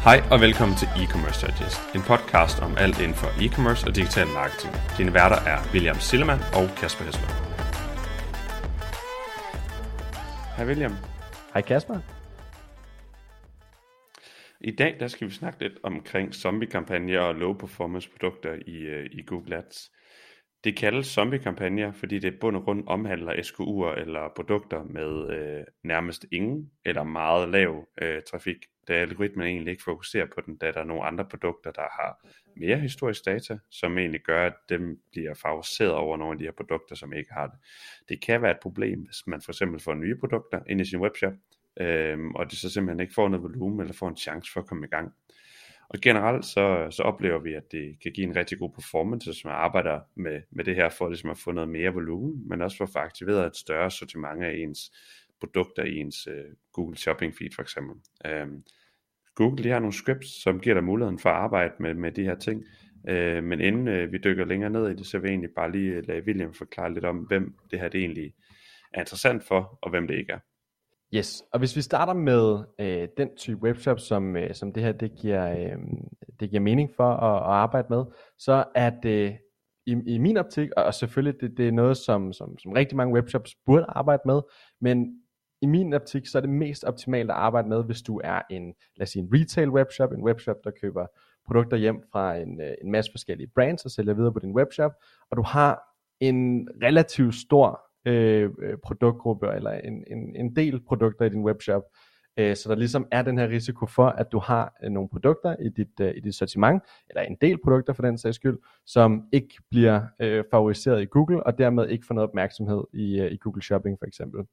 Hej og velkommen til E-Commerce Digest, en podcast om alt inden for e-commerce og digital marketing. Dine værter er William Sillemann og Kasper Hesler. Hej William. Hej Kasper. I dag der skal vi snakke lidt omkring zombie-kampagner og low-performance produkter i Google Ads. Det kaldes zombie-kampagner, fordi det bund og grund omhandler SKU'er eller produkter med nærmest ingen eller meget lav trafik, da algoritmen egentlig ikke fokuserer på den, da der er nogle andre produkter, der har mere historisk data, som egentlig gør, at dem bliver favoriseret over nogle af de her produkter, som ikke har det. Det kan være et problem, hvis man for eksempel får nye produkter ind i sin webshop, og de så simpelthen ikke får noget volumen eller får en chance for at komme i gang. Og generelt så oplever vi, at det kan give en rigtig god performance, hvis man arbejder med det her, for ligesom at få noget mere volumen, men også for at få aktiveret et større sortiment af ens produkter i ens Google Shopping Feed for eksempel. Google de har nogle scripts, som giver dig muligheden for at arbejde med de her ting, men inden vi dykker længere ned i det, så vil jeg egentlig bare lige lade William forklare lidt om, hvem det her det egentlig er interessant for, og hvem det ikke er. Yes, og hvis vi starter med den type webshop, som det her det giver mening for at arbejde med, så er det i min optik, og selvfølgelig det er noget, som rigtig mange webshops burde arbejde med, men i min optik, så er det mest optimalt at arbejde med, hvis du er en retail webshop, en webshop, der køber produkter hjem fra en masse forskellige brands og sælger videre på din webshop, og du har en relativt stor produktgruppe eller en del produkter i din webshop, så der ligesom er den her risiko for, at du har nogle produkter i dit sortiment, eller en del produkter for den sags skyld, som ikke bliver favoriseret i Google, og dermed ikke får noget opmærksomhed i Google Shopping for eksempel.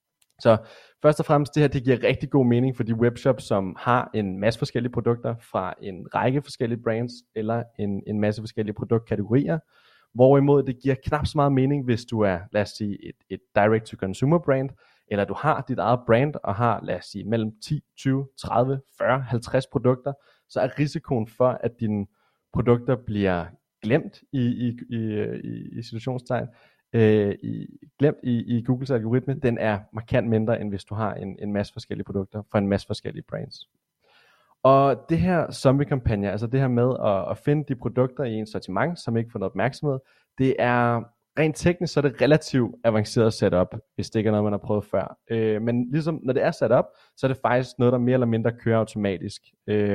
Så først og fremmest, det her det giver rigtig god mening for de webshops, som har en masse forskellige produkter fra en række forskellige brands, eller en masse forskellige produktkategorier. Hvorimod det giver knap så meget mening, hvis du er, lad os sige, et direct-to-consumer brand, eller du har dit eget brand og har, lad os sige, mellem 10, 20, 30, 40, 50 produkter, så er risikoen for, at dine produkter bliver glemt i situationstegn, glemt i Googles algoritme, den er markant mindre, end hvis du har en masse forskellige produkter fra en masse forskellige brands. Og det her zombie-kampagne, altså det her med at finde de produkter i en sortiment, som ikke får noget opmærksomhed, det er rent teknisk, så er det relativt avanceret setup, hvis det ikke er noget, man har prøvet før. Men ligesom når det er sat op, så er det faktisk noget, der mere eller mindre kører automatisk.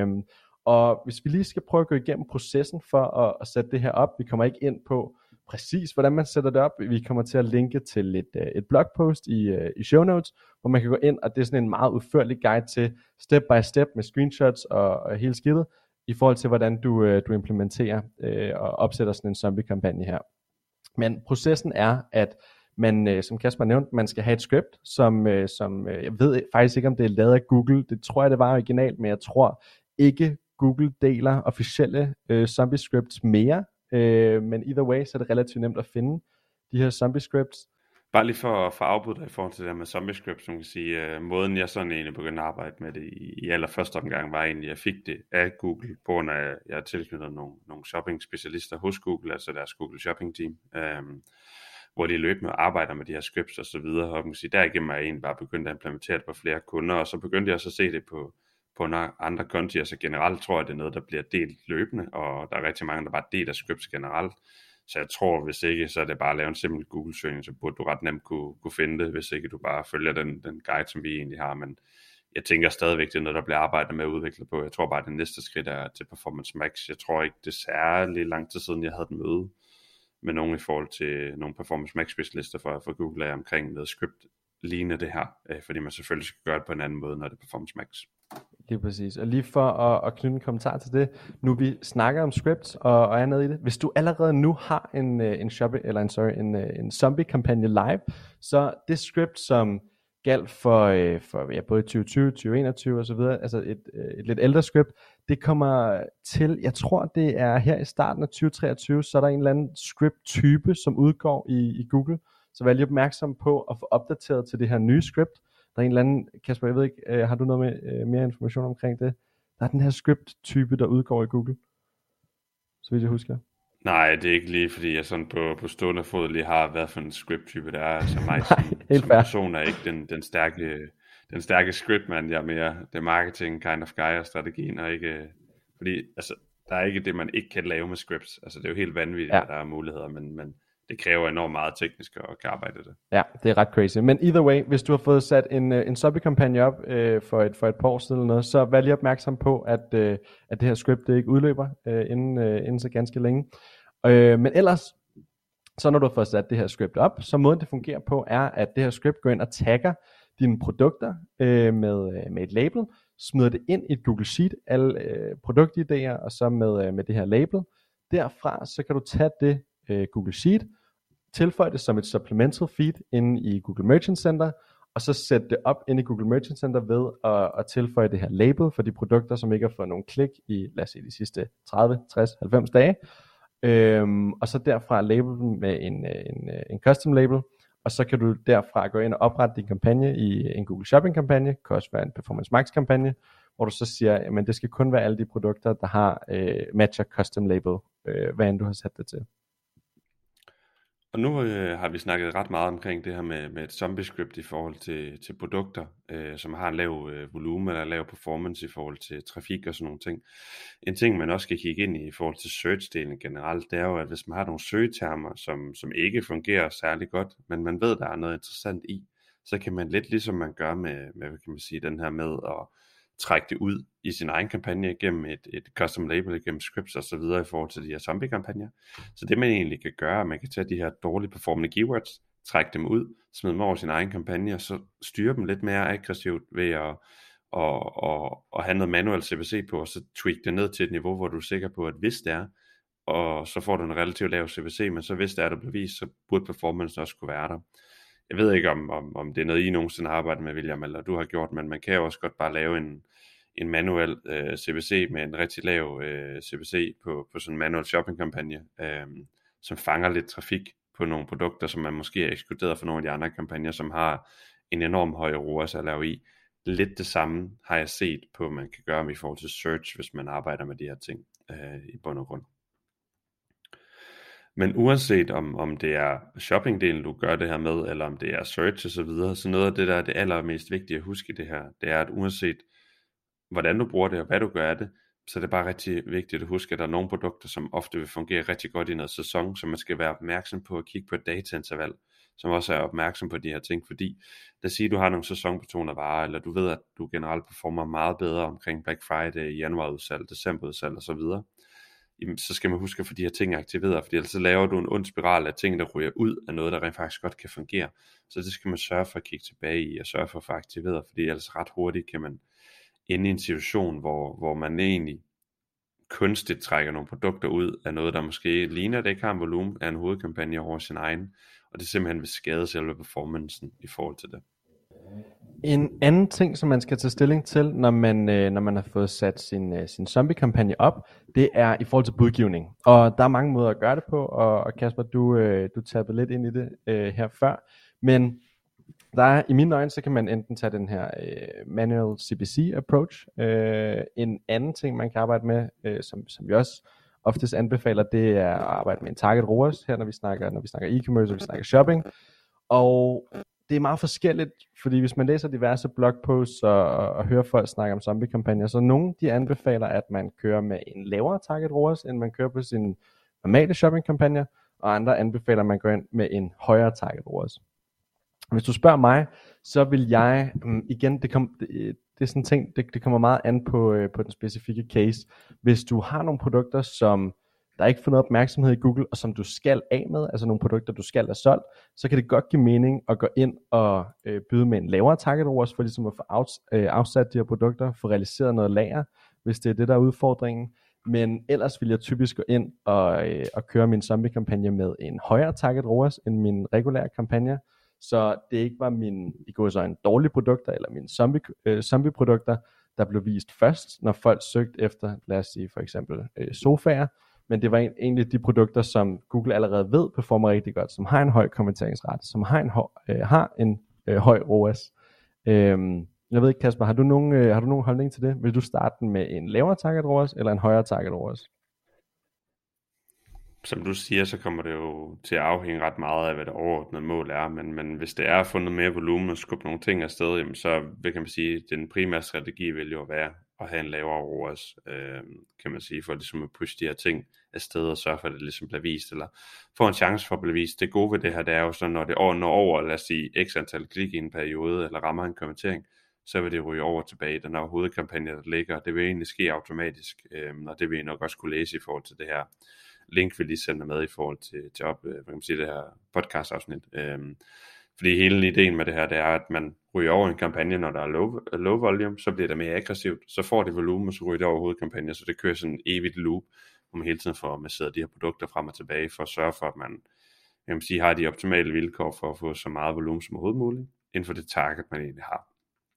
Og hvis vi lige skal prøve at gå igennem processen for at sætte det her op, vi kommer ikke ind på præcis, hvordan man sætter det op. Vi kommer til at linke til et blogpost i show notes, hvor man kan gå ind, og det er sådan en meget udførlig guide til step by step med screenshots og hele skidtet, i forhold til hvordan du implementerer og opsætter sådan en zombie-kampagne her. Men processen er, at man, som Kasper nævnte, man skal have et script, som jeg ved faktisk ikke, om det er lavet af Google. Det tror jeg, det var originalt, men jeg tror ikke, Google deler officielle zombie scripts mere. Men either way, så er det relativt nemt at finde de her zombie scripts. Bare lige for at afbryde dig i forhold til det der med zombie scripts, som kan sige, måden jeg sådan egentlig begyndte at arbejde med det i allerførste omgang, var egentlig, at jeg fik det af Google, på grund af, at jeg har tilknyttet nogle shopping specialister hos Google, altså deres Google Shopping Team, hvor de løbende arbejder med de her scripts og så videre, og man kan sige, derigennem er jeg egentlig bare begyndt at implementere det på flere kunder, og så begyndte jeg så at se det på andre konti, altså generelt tror jeg, det er noget, der bliver delt løbende, og der er rigtig mange, der bare deler scripts generelt, så jeg tror, hvis ikke, så er det bare at lave en simpel Google-søgning, så burde du ret nemt kunne finde det, hvis ikke du bare følger den guide, som vi egentlig har, men jeg tænker stadigvæk, det er noget, der bliver arbejdet med at udvikle på. Jeg tror bare, at det næste skridt er til Performance Max. Jeg tror ikke, det er særlig lang tid siden, jeg havde et møde med nogen i forhold til nogle Performance Max specialister for Google af omkring noget script lignende det her, fordi man selvfølgelig skal gøre det på en anden måde, når det er Performance Max. Lige præcis. Og lige for at knytte en kommentar til det, nu vi snakker om scripts og er nede i det. Hvis du allerede nu har en zombie-kampagne live, så det script, som galt for både 2020, 2021 og så videre, altså et lidt ældre script, det kommer til, jeg tror det er her i starten af 2023, så er der en eller anden script-type, som udgår i Google. Så vær lige opmærksom på at få opdateret til det her nye script. Der er en eller anden, Kasper, jeg ved ikke, har du noget med mere information omkring det? Der er den her script-type, der udgår i Google, så vidt jeg husker. Nej, det er ikke lige, fordi jeg sådan på stående fod lige har, hvad for en script-type det er. Altså mig som person er ikke den stærke scriptmand. Jeg er mere det marketing kind of guy og strategien, og ikke, fordi altså, der er ikke det, man ikke kan lave med scripts. Altså, det er jo helt vanvittigt, at der er muligheder, men det kræver enormt meget teknisk at kan arbejde det. Ja, det er ret crazy. Men either way, hvis du har fået sat en zombie-kampagne op for et par år siden eller noget, så vær lige opmærksom på, at det her script det ikke udløber inden så ganske længe. Men ellers, så når du har fået sat det her script op, så måden det fungerer på, er, at det her script går ind og tagger dine produkter med et label, smider det ind i et Google Sheet, alle produktidéer, og så med det her label. Derfra, så kan du tage det Google Sheet, tilføje det som et supplemental feed inde i Google Merchant Center, og så sætte det op inde i Google Merchant Center ved at tilføje det her label for de produkter, som ikke har fået nogen klik i, lad os sige, de sidste 30, 60, 90 dage. Og så derfra label dem med en custom label, og så kan du derfra gå ind og oprette din kampagne i en Google Shopping kampagne, kan også være en Performance Max kampagne, hvor du så siger, at det skal kun være alle de produkter, der har matcher custom label, hvad end du har sat det til. Og nu har vi snakket ret meget omkring det her med et zombie script i forhold til produkter, som har en lav volumen eller lav performance i forhold til trafik og sådan nogle ting. En ting, man også skal kigge ind i forhold til search-delen generelt, det er jo, at hvis man har nogle søgetermer, som ikke fungerer særlig godt, men man ved, der er noget interessant i, så kan man lidt ligesom man gør med hvad kan man sige, den her med at trække det ud i sin egen kampagne gennem et custom label, gennem scripts og så videre i forhold til de her zombie-kampagner. Så det man egentlig kan gøre, at man kan tage de her dårligt performende keywords, trække dem ud, smide dem over sin egen kampagne, og så styre dem lidt mere aggressivt ved at have noget manuel CPC på, og så tweak det ned til et niveau, hvor du er sikker på, at hvis det er, og så får du en relativt lav CPC, men så hvis det er, der bliver vist, så burde performance også kunne være der. Jeg ved ikke, om det er noget, I nogensinde har arbejdet med, William, eller du har gjort, men man kan jo også godt bare lave en manuel CPC med en rigtig lav CPC på sådan en manuel shopping-kampagne, som fanger lidt trafik på nogle produkter, som man måske er ekskluderet fra nogle af de andre kampagner, som har en enorm høj ROAS at lave i. Lidt det samme har jeg set på, man kan gøre i forhold til search, hvis man arbejder med de her ting i bund og grund. Men uanset om det er shoppingdelen, du gør det her med, eller om det er search og så videre, så noget af det, der er det allermest vigtige at huske i det her, det er, at uanset hvordan du bruger det, og hvad du gør af det, så er det bare rigtig vigtigt at huske, at der er nogle produkter, som ofte vil fungere rigtig godt i noget sæson, så man skal være opmærksom på at kigge på et datainterval, som også er opmærksom på de her ting, fordi lad os sige, at du har nogle sæsonbetonede varer, eller du ved, at du generelt performer meget bedre omkring Black Friday, januarudsalg, decemberudsalg og så videre. Så skal man huske at få de her ting aktiveret, fordi ellers så laver du en ond spiral af ting, der ryger ud af noget, der rent faktisk godt kan fungere. Så det skal man sørge for at kigge tilbage i, og sørge for at få aktiveret, fordi ellers ret hurtigt kan man ende i en situation, hvor man egentlig kunstigt trækker nogle produkter ud af noget, der måske ligner, det ikke har en volumen af en hovedkampagne over sin egen, og det simpelthen vil skade selve performancen i forhold til det. En anden ting, som man skal tage stilling til, når man har fået sat sin zombie-kampagne op, det er i forhold til budgivning. Og der er mange måder at gøre det på, og Kasper, du tappede lidt ind i det her før. Men der er, i mine øjne, så kan man enten tage den her manual CPC approach. En anden ting, man kan arbejde med, som vi også oftest anbefaler, det er at arbejde med en target ROAS, her når vi snakker e-commerce, og vi snakker shopping. Og det er meget forskelligt, fordi hvis man læser diverse blogposts og hører folk snakke om zombie-kampagner, så nogle de anbefaler, at man kører med en lavere target ROAS, end man kører på sine normale shopping-kampagner, og andre anbefaler, at man går ind med en højere target ROAS. Hvis du spørger mig, så vil jeg, igen, det er sådan en ting, det kommer meget an på den specifikke case. Hvis du har nogle produkter, som der ikke får noget opmærksomhed i Google, og som du skal af med, altså nogle produkter, du skal have solgt, så kan det godt give mening at gå ind og byde med en lavere target ROAS, for ligesom at få afsat de her produkter, få realiseret noget lager, hvis det er det, der er udfordringen. Men ellers vil jeg typisk gå ind og køre min zombie-kampagne med en højere target ROAS end min regulære kampagne, så det ikke var mine dårlige produkter, eller mine zombie-produkter, der blev vist først, når folk søgte efter, lad os sige for eksempel sofaer, men det var egentlig de produkter, som Google allerede ved performer rigtig godt, som har en høj konverteringsrate, som har en høj ROAS. Jeg ved ikke, Kasper, har du nogen holdning til det? Vil du starte den med en lavere target ROAS eller en højere target ROAS? som du siger, så kommer det jo til at afhænge ret meget af, hvad det overordnede mål er, men hvis det er at få noget mere volumen og skubbe nogle ting afsted, jamen så kan man sige, at den primære strategi vil jo være at have en lavere ROAS, kan man sige, for ligesom at pushe de her ting afsted og sørge for, at det ligesom bliver vist, eller få en chance for at blive vist. Det gode ved det her, det er jo så, når det når over, lad os sige, x antal klik i en periode, eller rammer en konvertering, så vil det ryge over tilbage i den her hovedkampagne, der ligger. Det vil egentlig ske automatisk, og det vil I nok også kunne læse i forhold til det her link, vi lige sender med i forhold til hvad kan man sige, det her podcast-afsnit. Fordi hele ideen med det her, det er, at man ryger over en kampagne, når der er low volume, så bliver det mere aggressivt, så får det volumen, og så ryger det over hovedkampagnen, så det kører sådan en evigt loop, hvor man hele tiden får masseret de her produkter frem og tilbage, for at sørge for, at man kan man sige, har de optimale vilkår for at få så meget volumen som overhovedet muligt, inden for det target, man egentlig har.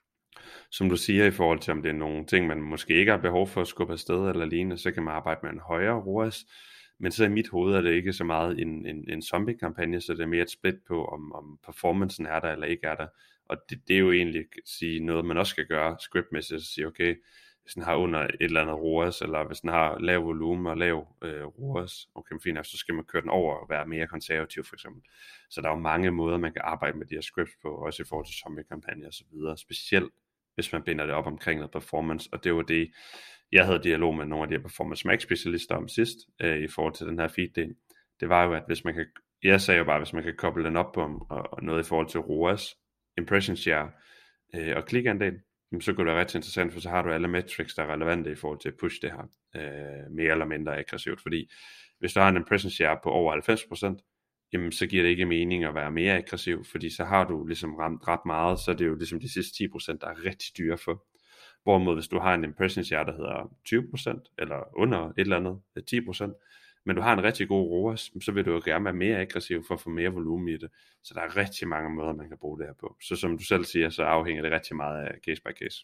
Som du siger i forhold til, om det er nogle ting, man måske ikke har behov for at skubbe afsted eller lignende, så kan man arbejde med en højere ROAS. Men så i mit hoved er det ikke så meget en zombie-kampagne, så det er mere et split på, om performancen er der eller ikke er der. Og det er jo egentlig sige noget, man også skal gøre scriptmæssigt, så sige, okay, hvis den har under et eller andet ROAS, eller hvis den har lav volumen og lav ROAS, okay, fint, så skal man køre den over og være mere konservativ for eksempel. Så der er jo mange måder, man kan arbejde med de her scripts på, også i forhold til zombie-kampagner og så videre, specielt hvis man binder det op omkring noget performance, og det var det, jeg havde dialog med nogle af de her Performance Max specialister om sidst, i forhold til den her feed-del. Det var jo, at hvis man kan, jeg sagde jo bare, hvis man kan koble den op på og noget i forhold til ROAS, impression share og klikandel, så kunne det være ret interessant, for så har du alle metrics, der er relevante i forhold til at push det her mere eller mindre aggressivt, fordi hvis du har en impression share på over 90%, jamen så giver det ikke mening at være mere aggressiv, fordi så har du ligesom ramt ret meget, så det er jo ligesom de sidste 10%, der er rigtig dyre for. Hvorimod hvis du har en impression share, der hedder 20%, eller under et eller andet 10%, men du har en rigtig god ROAS, så vil du jo gerne være mere aggressiv for at få mere volumen i det. Så der er rigtig mange måder, man kan bruge det her på. Så som du selv siger, så afhænger det rigtig meget af case by case.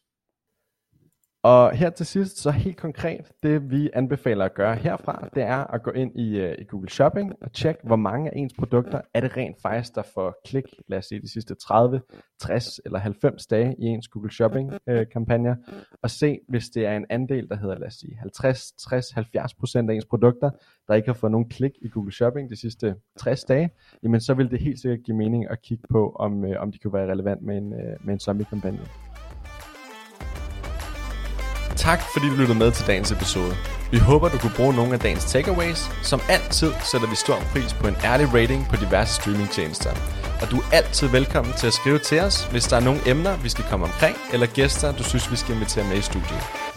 Og her til sidst, så helt konkret, det vi anbefaler at gøre herfra, det er at gå ind i Google Shopping og tjekke, hvor mange af ens produkter er det rent faktisk, der får klik, lad os sige de sidste 30, 60 eller 90 dage i ens Google Shopping kampagner, og se, hvis det er en andel, der hedder, lad os sige 50, 60, 70% af ens produkter, der ikke har fået nogen klik i Google Shopping de sidste 60 dage, jamen så vil det helt sikkert give mening at kigge på, om de kunne være relevant med en zombie-kampagne. Tak fordi du lyttede med til dagens episode. Vi håber du kunne bruge nogle af dagens takeaways. Som altid sætter vi stor pris på en ærlig rating på diverse streamingtjenester. Og du er altid velkommen til at skrive til os, hvis der er nogle emner vi skal komme omkring, eller gæster du synes vi skal invitere med i studiet.